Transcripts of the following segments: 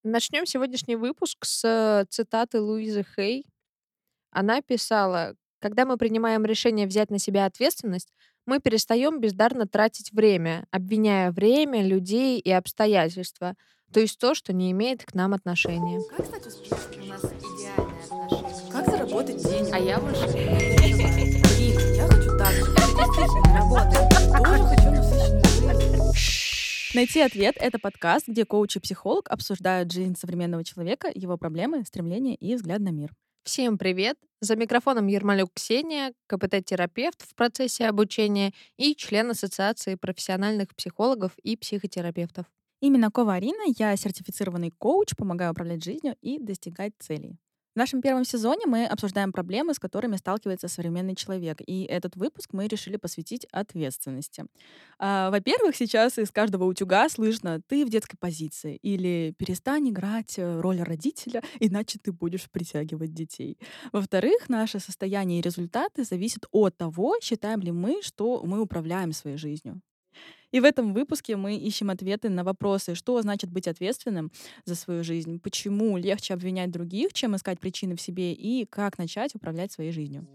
Начнем сегодняшний выпуск с цитаты Луизы Хей. Она писала: «Когда мы принимаем решение взять на себя ответственность, мы перестаем бездарно тратить время, обвиняя время, людей и обстоятельства, то есть то, что не имеет к нам отношения». Как стать успешным? У нас идеальные отношения. Как заработать денег? А я больше. Блин, я хочу так же. Это действительно не работает. Я тоже хочу насыщенную жизнь. Найти ответ — это подкаст, где коуч и психолог обсуждают жизнь современного человека, его проблемы, стремления и взгляд на мир. Всем привет! За микрофоном Ермолюк Ксения, КПТ-терапевт в процессе обучения и член Ассоциации профессиональных психологов и психотерапевтов. Именно Кова Арина, я сертифицированный коуч, помогаю управлять жизнью и достигать целей. В нашем первом сезоне мы обсуждаем проблемы, с которыми сталкивается современный человек. И этот выпуск мы решили посвятить ответственности. Во-первых, сейчас из каждого утюга слышно «ты в детской позиции» или «перестань играть роль родителя, иначе ты будешь притягивать детей». Во-вторых, наше состояние и результаты зависят от того, считаем ли мы, что мы управляем своей жизнью. И в этом выпуске мы ищем ответы на вопросы, что значит быть ответственным за свою жизнь, почему легче обвинять других, чем искать причины в себе, и как начать управлять своей жизнью.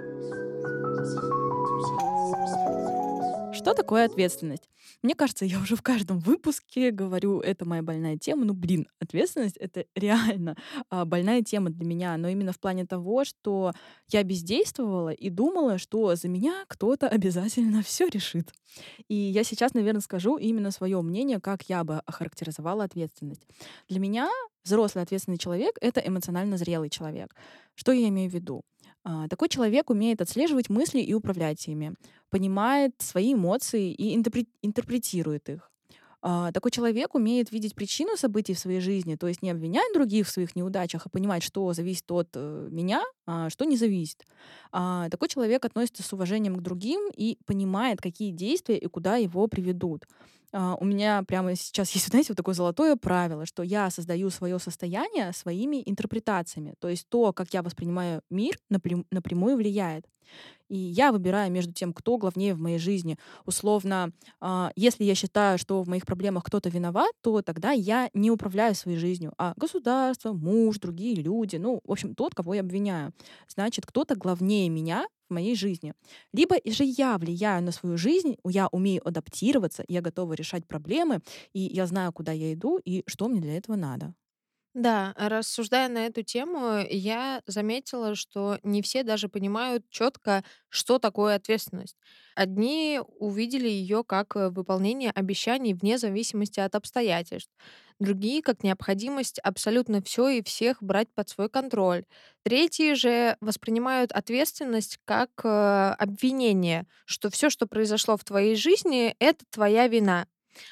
Что такое ответственность? Мне кажется, я уже в каждом выпуске говорю, это моя больная тема. Ну, блин, ответственность — это реально больная тема для меня, но именно в плане того, что я бездействовала и думала, что за меня кто-то обязательно все решит. И я сейчас, наверное, скажу именно свое мнение, как я бы охарактеризовала ответственность. Для меня взрослый ответственный человек — это эмоционально зрелый человек. Что я имею в виду? Такой человек умеет отслеживать мысли и управлять ими, понимает свои эмоции и интерпретирует их. Такой человек умеет видеть причину событий в своей жизни, то есть не обвинять других в своих неудачах, а понимать, что зависит от меня, а что не зависит. Такой человек относится с уважением к другим и понимает, какие действия и куда его приведут. У меня прямо сейчас есть, знаете, вот такое золотое правило, что я создаю свое состояние своими интерпретациями. То есть то, как я воспринимаю мир, напрямую влияет. И я выбираю между тем, кто главнее в моей жизни. Условно, если я считаю, что в моих проблемах кто-то виноват, то тогда я не управляю своей жизнью, а государство, муж, другие люди, ну, в общем, тот, кого я обвиняю. Значит, кто-то главнее меня в моей жизни. Либо и же я влияю на свою жизнь, я умею адаптироваться, я готова решать проблемы, и я знаю, куда я иду и что мне для этого надо. Да, рассуждая на эту тему, я заметила, что не все даже понимают четко, что такое ответственность. Одни увидели ее как выполнение обещаний вне зависимости от обстоятельств, другие как необходимость абсолютно все и всех брать под свой контроль. Третьи же воспринимают ответственность как обвинение, что все, что произошло в твоей жизни, это твоя вина.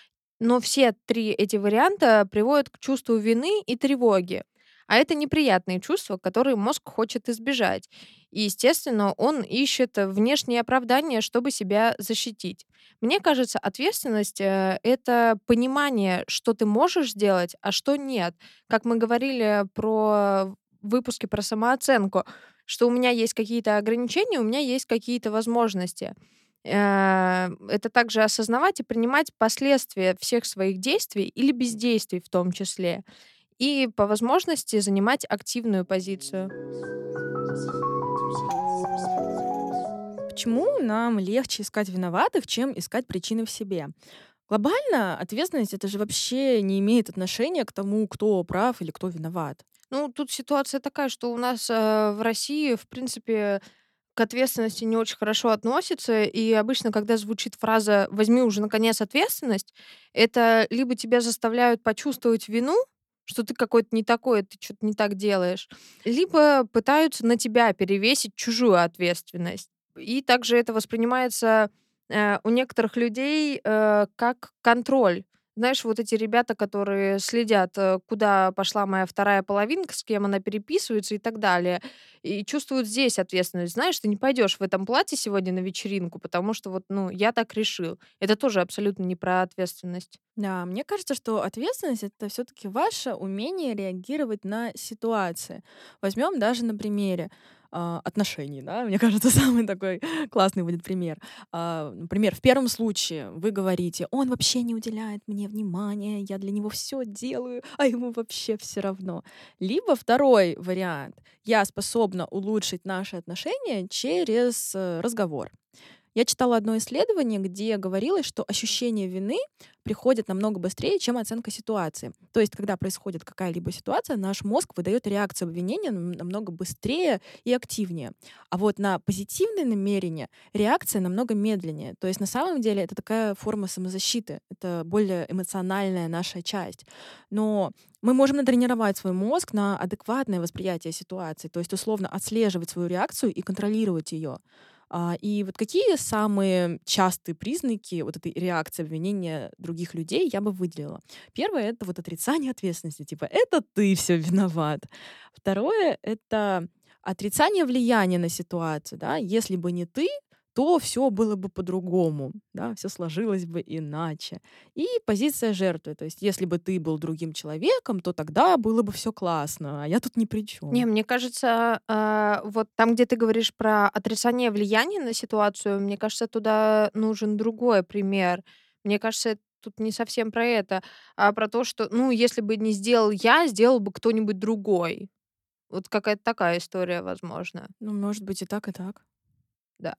Но все 3 эти варианта приводят к чувству вины и тревоги. А это неприятные чувства, которые мозг хочет избежать. И, естественно, он ищет внешние оправдания, чтобы себя защитить. Мне кажется, ответственность это понимание, что ты можешь сделать, а что нет. Как мы говорили про выпуски про самооценку, что у меня есть какие-то ограничения, у меня есть какие-то возможности. Это также осознавать и принимать последствия всех своих действий или бездействий в том числе. И по возможности занимать активную позицию. Почему нам легче искать виноватых, чем искать причины в себе? Глобально ответственность — это же вообще не имеет отношения к тому, кто прав или кто виноват. Ну, тут ситуация такая, что у нас в России, в принципе, к ответственности не очень хорошо относятся. И обычно, когда звучит фраза «возьми уже, наконец, ответственность», это либо тебя заставляют почувствовать вину, что ты какой-то не такой, ты что-то не так делаешь, либо пытаются на тебя перевесить чужую ответственность. И также это воспринимается у некоторых людей как контроль. Знаешь, вот эти ребята, которые следят, куда пошла моя вторая половинка, с кем она переписывается и так далее, и чувствуют здесь ответственность. Знаешь, ты не пойдешь в этом платье сегодня на вечеринку, потому что вот, ну, я так решил. Это тоже абсолютно не про ответственность. Да, мне кажется, что ответственность — это все-таки ваше умение реагировать на ситуации. Возьмем даже на примере. отношений, да. Мне кажется, самый такой классный будет пример. Например, в первом случае вы говорите: "Он вообще не уделяет мне внимания, я для него все делаю, а ему вообще все равно". Либо второй вариант: я способна улучшить наши отношения через, разговор. Я читала одно исследование, где говорилось, что ощущение вины приходит намного быстрее, чем оценка ситуации. То есть, когда происходит какая-либо ситуация, наш мозг выдает реакцию обвинения намного быстрее и активнее. А вот на позитивные намерения реакция намного медленнее. То есть, на самом деле, это такая форма самозащиты. Это более эмоциональная наша часть. Но мы можем натренировать свой мозг на адекватное восприятие ситуации, то есть условно отслеживать свою реакцию и контролировать ее. И вот какие самые частые признаки вот этой реакции обвинения других людей я бы выделила? Первое — это вот отрицание ответственности, типа «это ты все виноват». Второе — это отрицание влияния на ситуацию, да. Если бы не ты, то все было бы по-другому, да, все сложилось бы иначе. И позиция жертвы, то есть если бы ты был другим человеком, то тогда было бы все классно, а я тут ни при Не, чем. мне кажется, вот там, где ты говоришь про отрицание влияния на ситуацию, мне кажется, туда нужен другой пример. Мне кажется, тут не совсем про это, а про то, что, ну, если бы не сделал я, сделал бы кто-нибудь другой. Вот какая-то такая история, возможно. Ну, может быть, и так, и так. Да.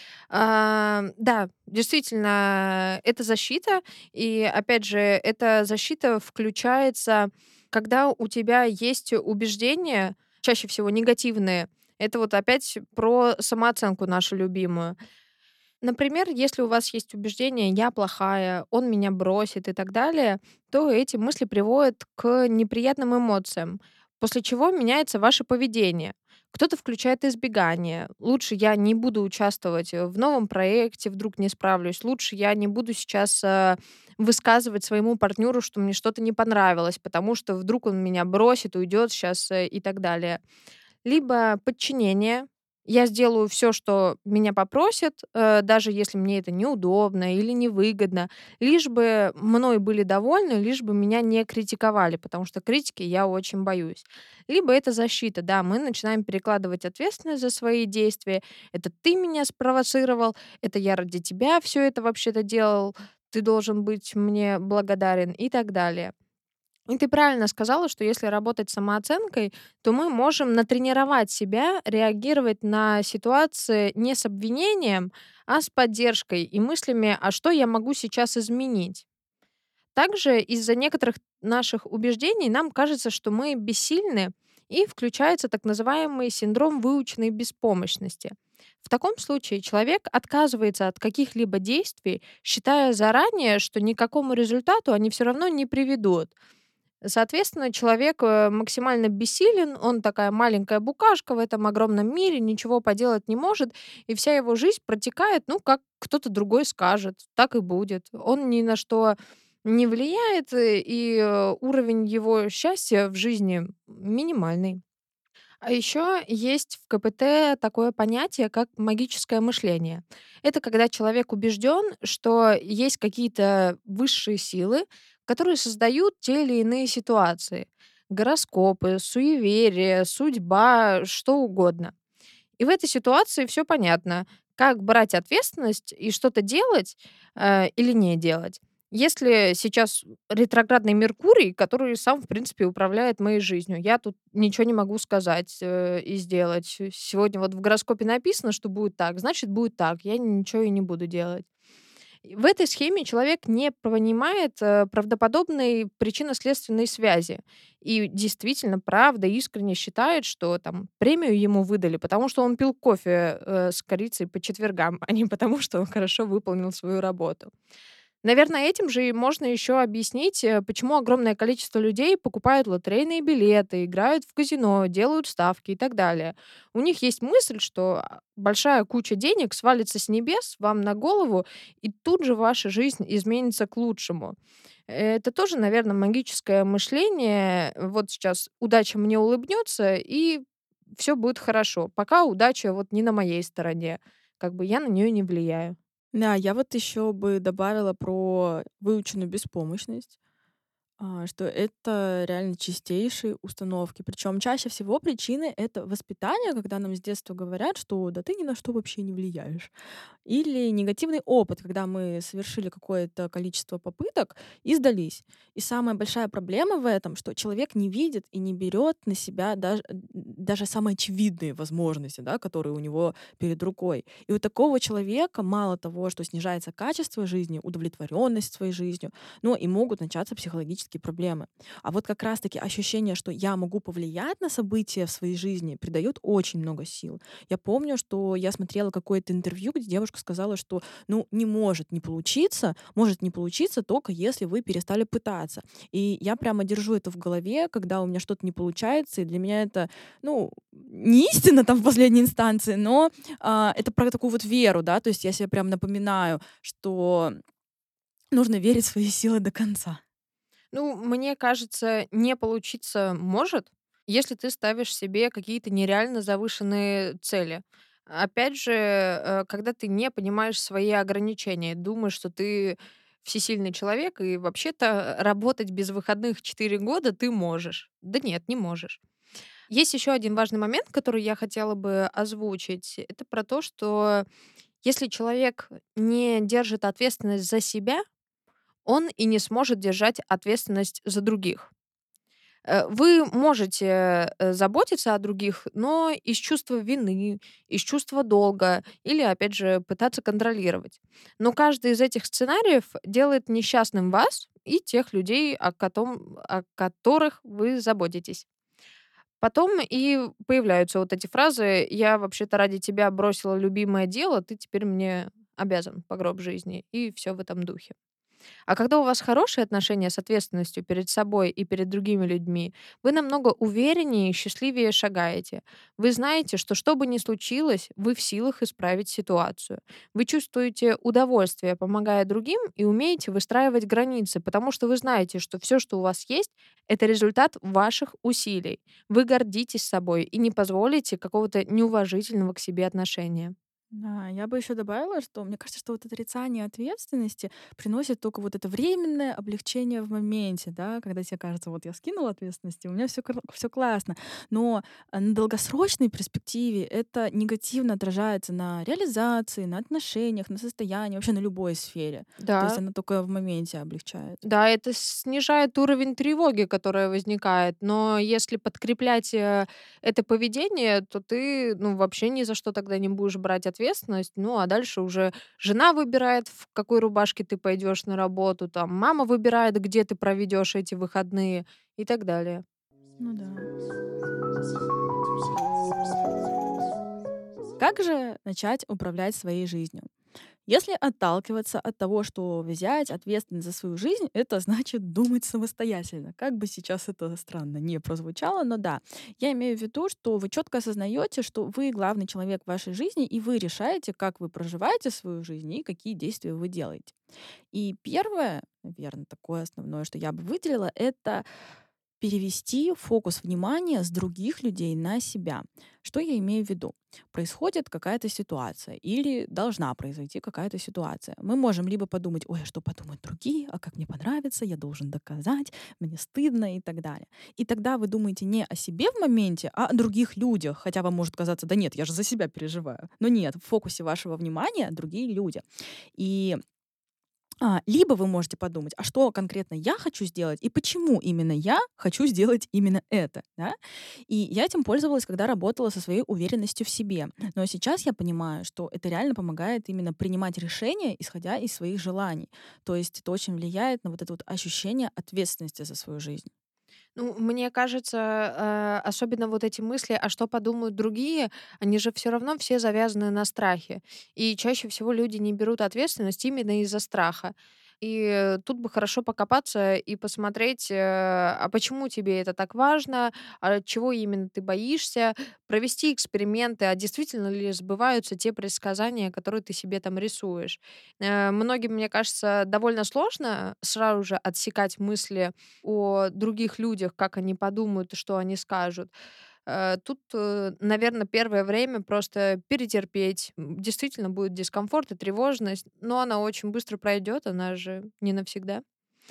Да, действительно, это защита. И опять же, эта защита включается, когда у тебя есть убеждения, чаще всего негативные. Это вот опять про самооценку нашу любимую. Например, если у вас есть убеждение «я плохая», «он меня бросит» и так далее, то эти мысли приводят к неприятным эмоциям, после чего меняется ваше поведение. Кто-то включает избегание. Лучше я не буду участвовать в новом проекте, вдруг не справлюсь. Лучше я не буду сейчас высказывать своему партнеру, что мне что-то не понравилось, потому что вдруг он меня бросит, уйдет сейчас и так далее. Либо подчинение. Я сделаю все, что меня попросят, даже если мне это неудобно или невыгодно, лишь бы мной были довольны, лишь бы меня не критиковали, потому что критики я очень боюсь. Либо это защита. Да, мы начинаем перекладывать ответственность за свои действия. Это ты меня спровоцировал, это я ради тебя все это вообще-то делал, ты должен быть мне благодарен и так далее. И ты правильно сказала, что если работать с самооценкой, то мы можем натренировать себя реагировать на ситуации не с обвинением, а с поддержкой и мыслями, а что я могу сейчас изменить. Также из-за некоторых наших убеждений нам кажется, что мы бессильны, и включается так называемый синдром выученной беспомощности. В таком случае человек отказывается от каких-либо действий, считая заранее, что ни к какому результату они все равно не приведут. Соответственно, человек, максимально бессилен, он такая маленькая букашка в этом огромном мире, ничего поделать не может, и вся его жизнь протекает, ну, как кто-то другой скажет, так и будет. Он ни на что не влияет, уровень его счастья в жизни минимальный. А еще есть в КПТ такое понятие, как магическое мышление. Это когда человек убежден, что есть какие-то высшие силы, которые создают те или иные ситуации. Гороскопы, суеверия, судьба, что угодно. И в этой ситуации все понятно, как брать ответственность и что-то делать или не делать. Если сейчас ретроградный Меркурий, который сам, в принципе, управляет моей жизнью, я тут ничего не могу сказать и сделать. Сегодня вот в гороскопе написано, что будет так, значит, будет так. Я ничего и не буду делать. И в этой схеме человек не понимает правдоподобной причинно-следственной связи. И действительно, правда, искренне считает, что там премию ему выдали, потому что он пил кофе с корицей по четвергам, а не потому, что он хорошо выполнил свою работу. Наверное, этим же и можно еще объяснить, почему огромное количество людей покупают лотерейные билеты, играют в казино, делают ставки и так далее. У них есть мысль, что большая куча денег свалится с небес вам на голову, и тут же ваша жизнь изменится к лучшему. Это тоже, наверное, магическое мышление. Вот сейчас удача мне улыбнется, и все будет хорошо. Пока удача вот не на моей стороне. Как бы я на нее не влияю. Да, я вот еще бы добавила про выученную беспомощность. Что это реально чистейшие установки. Причем чаще всего причины — это воспитание, когда нам с детства говорят, что да ты ни на что вообще не влияешь. Или негативный опыт, когда мы совершили какое-то количество попыток и сдались. И самая большая проблема в этом, что человек не видит и не берет на себя даже самые очевидные возможности, да, которые у него перед рукой. И у такого человека мало того, что снижается качество жизни, удовлетворенность своей жизнью, но и могут начаться психологические проблемы. А вот как раз-таки ощущение, что я могу повлиять на события в своей жизни, придает очень много сил. Я помню, что я смотрела какое-то интервью, где девушка сказала, что ну не может не получиться только если вы перестали пытаться. И я прямо держу это в голове, когда у меня что-то не получается, и для меня это, ну, не истина там в последней инстанции, но это про такую вот веру, да, то есть я себе прям напоминаю, что нужно верить в свои силы до конца. Ну, мне кажется, не получиться может, если ты ставишь себе какие-то нереально завышенные цели. Опять же, когда ты не понимаешь свои ограничения, думаешь, что ты всесильный человек, и вообще-то работать без выходных 4 года ты можешь. Да нет, не можешь. Есть еще один важный момент, который я хотела бы озвучить. Это про то, что если человек не держит ответственность за себя, он и не сможет держать ответственность за других. Вы можете, заботиться о других, но из чувства вины, из чувства долга или, опять же, пытаться контролировать. Но каждый из этих сценариев делает несчастным вас и тех людей, о которых вы заботитесь. Потом и появляются вот эти фразы: "Я вообще-то ради тебя бросила любимое дело, ты теперь мне обязан по гроб жизни", и все в этом духе. А когда у вас хорошие отношения с ответственностью перед собой и перед другими людьми, вы намного увереннее и счастливее шагаете. Вы знаете, что бы ни случилось, вы в силах исправить ситуацию. Вы чувствуете удовольствие, помогая другим, и умеете выстраивать границы, потому что вы знаете, что все, что у вас есть, это результат ваших усилий. Вы гордитесь собой и не позволите какого-то неуважительного к себе отношения. Да, я бы еще добавила, что мне кажется, что вот отрицание ответственности приносит только вот это временное облегчение в моменте, да, когда тебе кажется, вот я скинула ответственности, у меня все классно. Но на долгосрочной перспективе это негативно отражается на реализации, на отношениях, на состоянии, вообще на любой сфере. То есть Да, она только в моменте облегчает. да, это снижает уровень тревоги, которая возникает, но если подкреплять, это поведение, то ты, ну, вообще ни за что тогда не будешь брать ответственность. Ну, а дальше уже жена выбирает, в какой рубашке ты пойдешь на работу, там мама выбирает, где ты проведешь эти выходные и так далее. Ну да. Как же начать управлять своей жизнью? Если отталкиваться от того, что взять ответственность за свою жизнь, это значит думать самостоятельно. Как бы сейчас это странно не прозвучало, но да, я имею в виду, что вы четко осознаете, что вы главный человек в вашей жизни, и вы решаете, как вы проживаете свою жизнь и какие действия вы делаете. И первое, наверное, такое основное, что я бы выделила, это перевести фокус внимания с других людей на себя. Что я имею в виду? Происходит какая-то ситуация или должна произойти какая-то ситуация. Мы можем либо подумать, ой, а что подумают другие, а как мне понравится, я должен доказать, мне стыдно и так далее. И тогда вы думаете не о себе в моменте, а о других людях. Хотя вам может казаться, да нет, я же за себя переживаю. Но нет, в фокусе вашего внимания другие люди. И либо вы можете подумать, а что конкретно я хочу сделать и почему именно я хочу сделать именно это, да? И я этим пользовалась, когда работала со своей уверенностью в себе. Но сейчас я понимаю, что это реально помогает именно принимать решения, исходя из своих желаний. То есть это очень влияет на вот это вот ощущение ответственности за свою жизнь. Ну, мне кажется, особенно вот эти мысли, а что подумают другие, они же все равно все завязаны на страхе. И чаще всего люди не берут ответственность именно из-за страха. И тут бы хорошо покопаться и посмотреть, а почему тебе это так важно, а чего именно ты боишься, провести эксперименты, а действительно ли сбываются те предсказания, которые ты себе там рисуешь. Многим, мне кажется, довольно сложно сразу же отсекать мысли о других людях, как они подумают и что они скажут. Тут, наверное, первое время просто перетерпеть. Действительно будет дискомфорт и тревожность, но она очень быстро пройдет, она же не навсегда.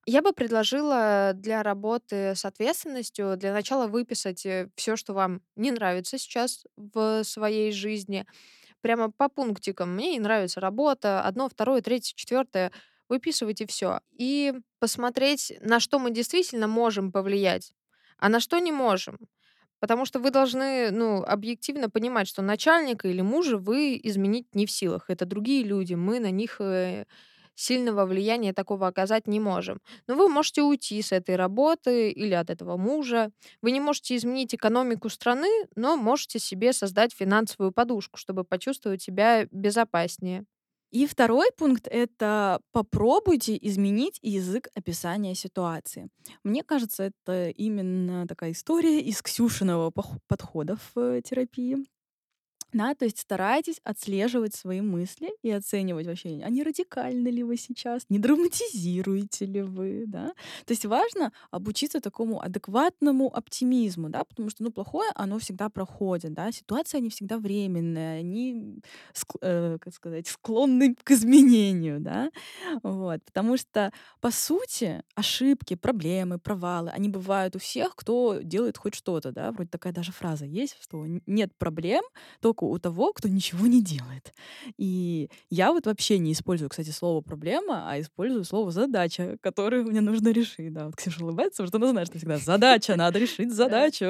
Я бы предложила для работы с ответственностью для начала выписать все, что вам не нравится сейчас в своей жизни, прямо по пунктикам. Мне не нравится работа, одно, второе, третье, четвертое. Выписывайте все. И посмотреть, на что мы действительно можем повлиять, а на что не можем. Потому что вы должны, ну, объективно понимать, что начальника или мужа вы изменить не в силах. Это другие люди, мы на них сильного влияния такого оказать не можем. Но вы можете уйти с этой работы или от этого мужа. Вы не можете изменить экономику страны, но можете себе создать финансовую подушку, чтобы почувствовать себя безопаснее. И второй пункт — это попробуйте изменить язык описания ситуации. Мне кажется, это именно такая история из Ксюшиного подхода в терапии. Да, то есть старайтесь отслеживать свои мысли и оценивать вообще, а не радикальны ли вы сейчас, не драматизируете ли вы, да. То есть важно обучиться такому адекватному оптимизму, да, потому что, ну, плохое, оно всегда проходит, да, ситуации, они всегда временные, они, как сказать, склонны к изменению, да, вот. Потому что, по сути, ошибки, проблемы, провалы, они бывают у всех, кто делает хоть что-то, да, вроде такая даже фраза есть, что нет проблем, только у того, кто ничего не делает. И я вот вообще не использую, кстати, слово "проблема", а использую слово "задача", которую мне нужно решить. Да, вот Ксюша улыбается, потому что она знает, что всегда задача, надо решить Да. задачу.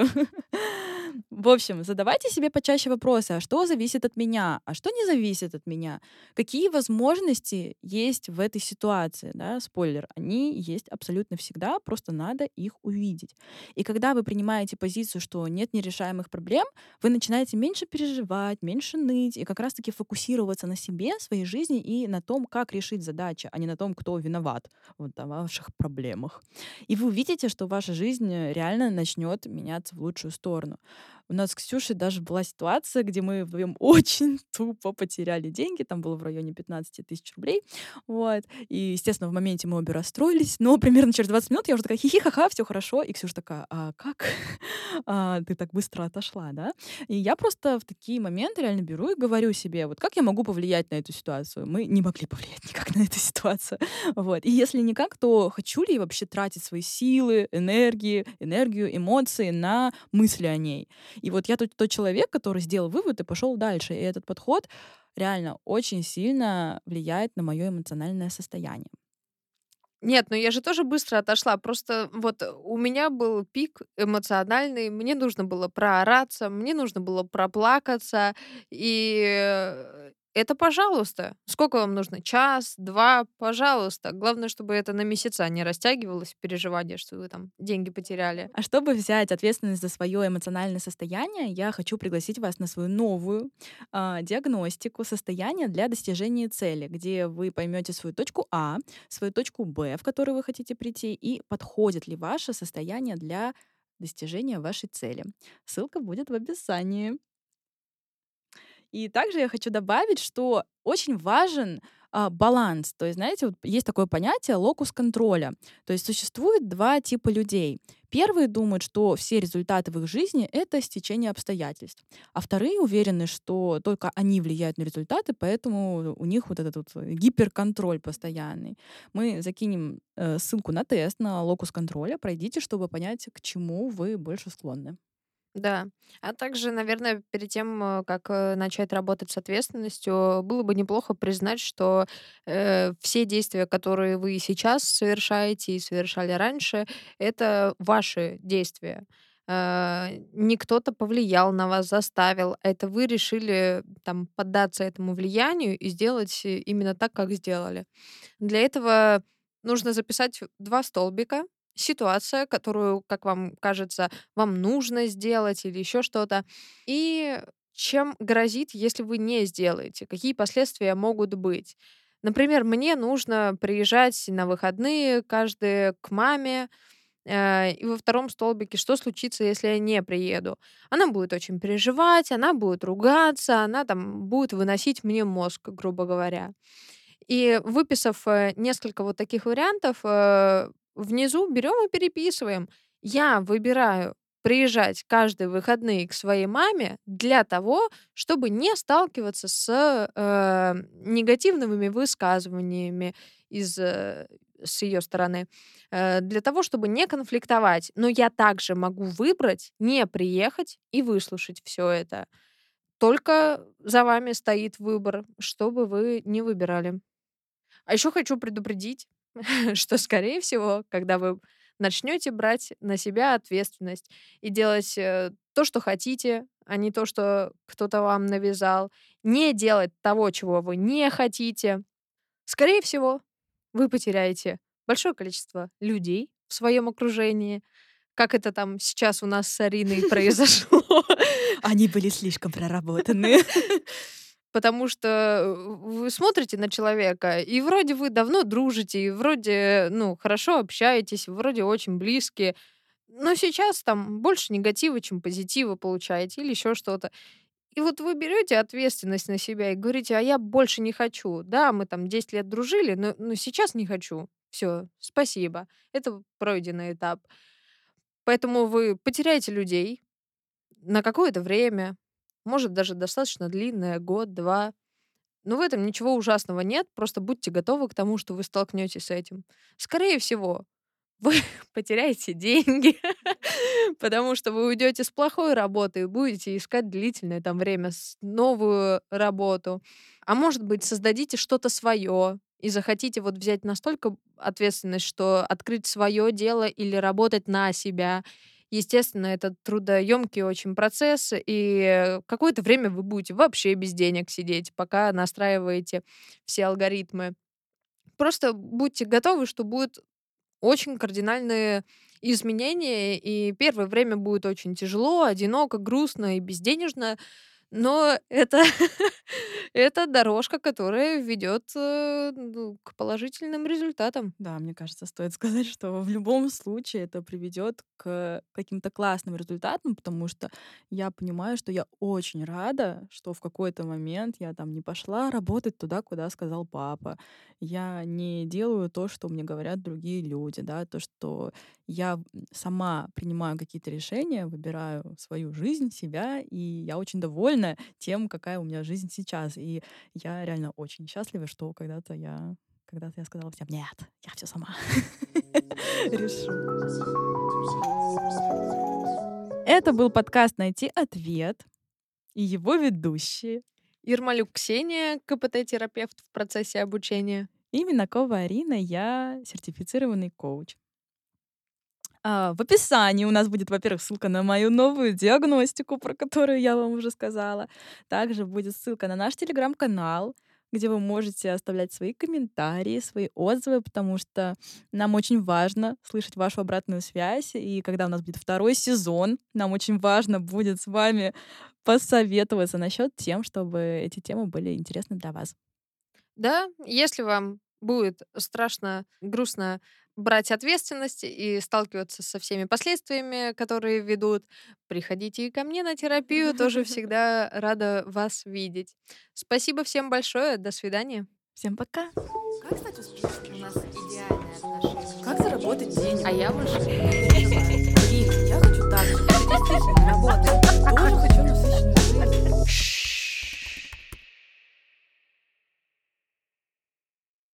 В общем, задавайте себе почаще вопросы: а что зависит от меня, а что не зависит от меня? Какие возможности есть в этой ситуации, да? Спойлер, они есть абсолютно всегда, просто надо их увидеть. И когда вы принимаете позицию, что нет нерешаемых проблем, вы начинаете меньше переживать, меньше ныть и как раз-таки фокусироваться на себе, своей жизни и на том, как решить задачи, а не на том, кто виноват вот, в ваших проблемах. И вы увидите, что ваша жизнь реально начнет меняться в лучшую сторону. У нас с Ксюшей даже была ситуация, где мы вдвоем очень тупо потеряли деньги. Там было в районе 15 000 рублей. Вот. И, естественно, в моменте мы обе расстроились. Но примерно через 20 минут я уже такая хихи-ха-ха, все хорошо. И Ксюша такая: а как ты так быстро отошла, да? И я просто в такие моменты реально беру и говорю себе, вот как я могу повлиять на эту ситуацию? Мы не могли повлиять никак на эту ситуацию. Вот. И если никак, то хочу ли я вообще тратить свои силы, энергию, эмоции на мысли о ней? И вот я тот человек, который сделал вывод и пошел дальше. И этот подход реально очень сильно влияет на мое эмоциональное состояние. Нет, ну я же тоже быстро отошла. Просто вот у меня был пик эмоциональный, мне нужно было проораться, мне нужно было проплакаться. И это пожалуйста. Сколько вам нужно? Час, два, пожалуйста. Главное, чтобы это на месяца не растягивалось, переживание, что вы там деньги потеряли. А чтобы взять ответственность за свое эмоциональное состояние, я хочу пригласить вас на свою новую диагностику состояния для достижения цели, где вы поймете свою точку А, свою точку Б, в которую вы хотите прийти, и подходит ли ваше состояние для достижения вашей цели. Ссылка будет в описании. И также я хочу добавить, что очень важен баланс. То есть, знаете, вот есть такое понятие локус контроля. То есть существует два типа людей. Первые думают, что все результаты в их жизни — это стечение обстоятельств. А вторые уверены, что только они влияют на результаты, поэтому у них вот этот вот гиперконтроль постоянный. Мы закинем ссылку на тест, на локус контроля. Пройдите, чтобы понять, к чему вы больше склонны. Да. А также, наверное, перед тем, как начать работать с ответственностью, было бы неплохо признать, что все действия, которые вы сейчас совершаете и совершали раньше, это ваши действия. Не кто-то повлиял на вас, заставил. Это вы решили там поддаться этому влиянию и сделать именно так, как сделали. Для этого нужно записать 2 столбика. Ситуация, которую, как вам кажется, вам нужно сделать или еще что-то. И чем грозит, если вы не сделаете, какие последствия могут быть. Например, мне нужно приезжать на выходные каждые к маме, и во втором столбике, что случится, если я не приеду? Она будет очень переживать, она будет ругаться, она там будет выносить мне мозг, грубо говоря. И выписав, несколько вот таких вариантов, внизу берем и переписываем. Я выбираю приезжать каждые выходные к своей маме для того, чтобы не сталкиваться с негативными высказываниями из с ее стороны, для того, чтобы не конфликтовать. Но я также могу выбрать не приехать и выслушать все это. Только за вами стоит выбор, что бы вы ни выбирали. А еще хочу предупредить, что, скорее всего, когда вы начнете брать на себя ответственность и делать то, что хотите, а не то, что кто-то вам навязал, не делать того, чего вы не хотите, скорее всего, вы потеряете большое количество людей в своем окружении, как это там сейчас у нас с Ариной произошло. Они были слишком проработаны. Потому что вы смотрите на человека, и вроде вы давно дружите, и вроде, ну, хорошо общаетесь, вроде очень близкие, но сейчас там больше негатива, чем позитива получаете или еще что-то. И вот вы берете ответственность на себя и говорите, а я больше не хочу. Да, мы там 10 лет дружили, но сейчас не хочу. Все, спасибо. Это пройденный этап. Поэтому вы потеряете людей на какое-то время, может, даже достаточно длинное, год, два. Но в этом ничего ужасного нет, просто будьте готовы к тому, что вы столкнетесь с этим. Скорее всего, вы потеряете деньги, потому что вы уйдете с плохой работы и будете искать длительное там время новую работу. А может быть, создадите что-то свое и захотите вот взять настолько ответственность, что открыть свое дело или работать на себя. Естественно, это трудоемкий очень процесс, и какое-то время вы будете вообще без денег сидеть, пока настраиваете все алгоритмы. Просто будьте готовы, что будут очень кардинальные изменения, и первое время будет очень тяжело, одиноко, грустно и безденежно, но это это дорожка, которая ведет, ну, к положительным результатам. Да, мне кажется, стоит сказать, что в любом случае это приведет к каким-то классным результатам, потому что я понимаю, что я очень рада, что в какой-то момент я там не пошла работать туда, куда сказал папа. Я не делаю то, что мне говорят другие люди, да, то, что я сама принимаю какие-то решения, выбираю свою жизнь, себя, и я очень довольна тем, какая у меня жизнь сейчас. И я реально очень счастлива, что когда-то я сказала всем: "Нет, я все сама решу". Это был подкаст "Найти ответ" и его ведущие Ермолюк Ксения, КПТ-терапевт в процессе обучения. и Минакова Арина, я сертифицированный коуч. В описании у нас будет, во-первых, ссылка на мою новую диагностику, про которую я вам уже сказала. Также будет ссылка на наш телеграм-канал, где вы можете оставлять свои комментарии, свои отзывы, потому что нам очень важно слышать вашу обратную связь. И когда у нас будет второй сезон, нам очень важно будет с вами посоветоваться насчет тем, чтобы эти темы были интересны для вас. Да, если вам будет страшно, грустно брать ответственность и сталкиваться со всеми последствиями, которые ведут, приходите и ко мне на терапию, тоже всегда рада вас видеть. Спасибо всем большое, до свидания. Всем пока! Как стать успешным? У нас идеальные отношения. Как заработать денег? А я больше не Блин, я хочу так же. Это действительно работает.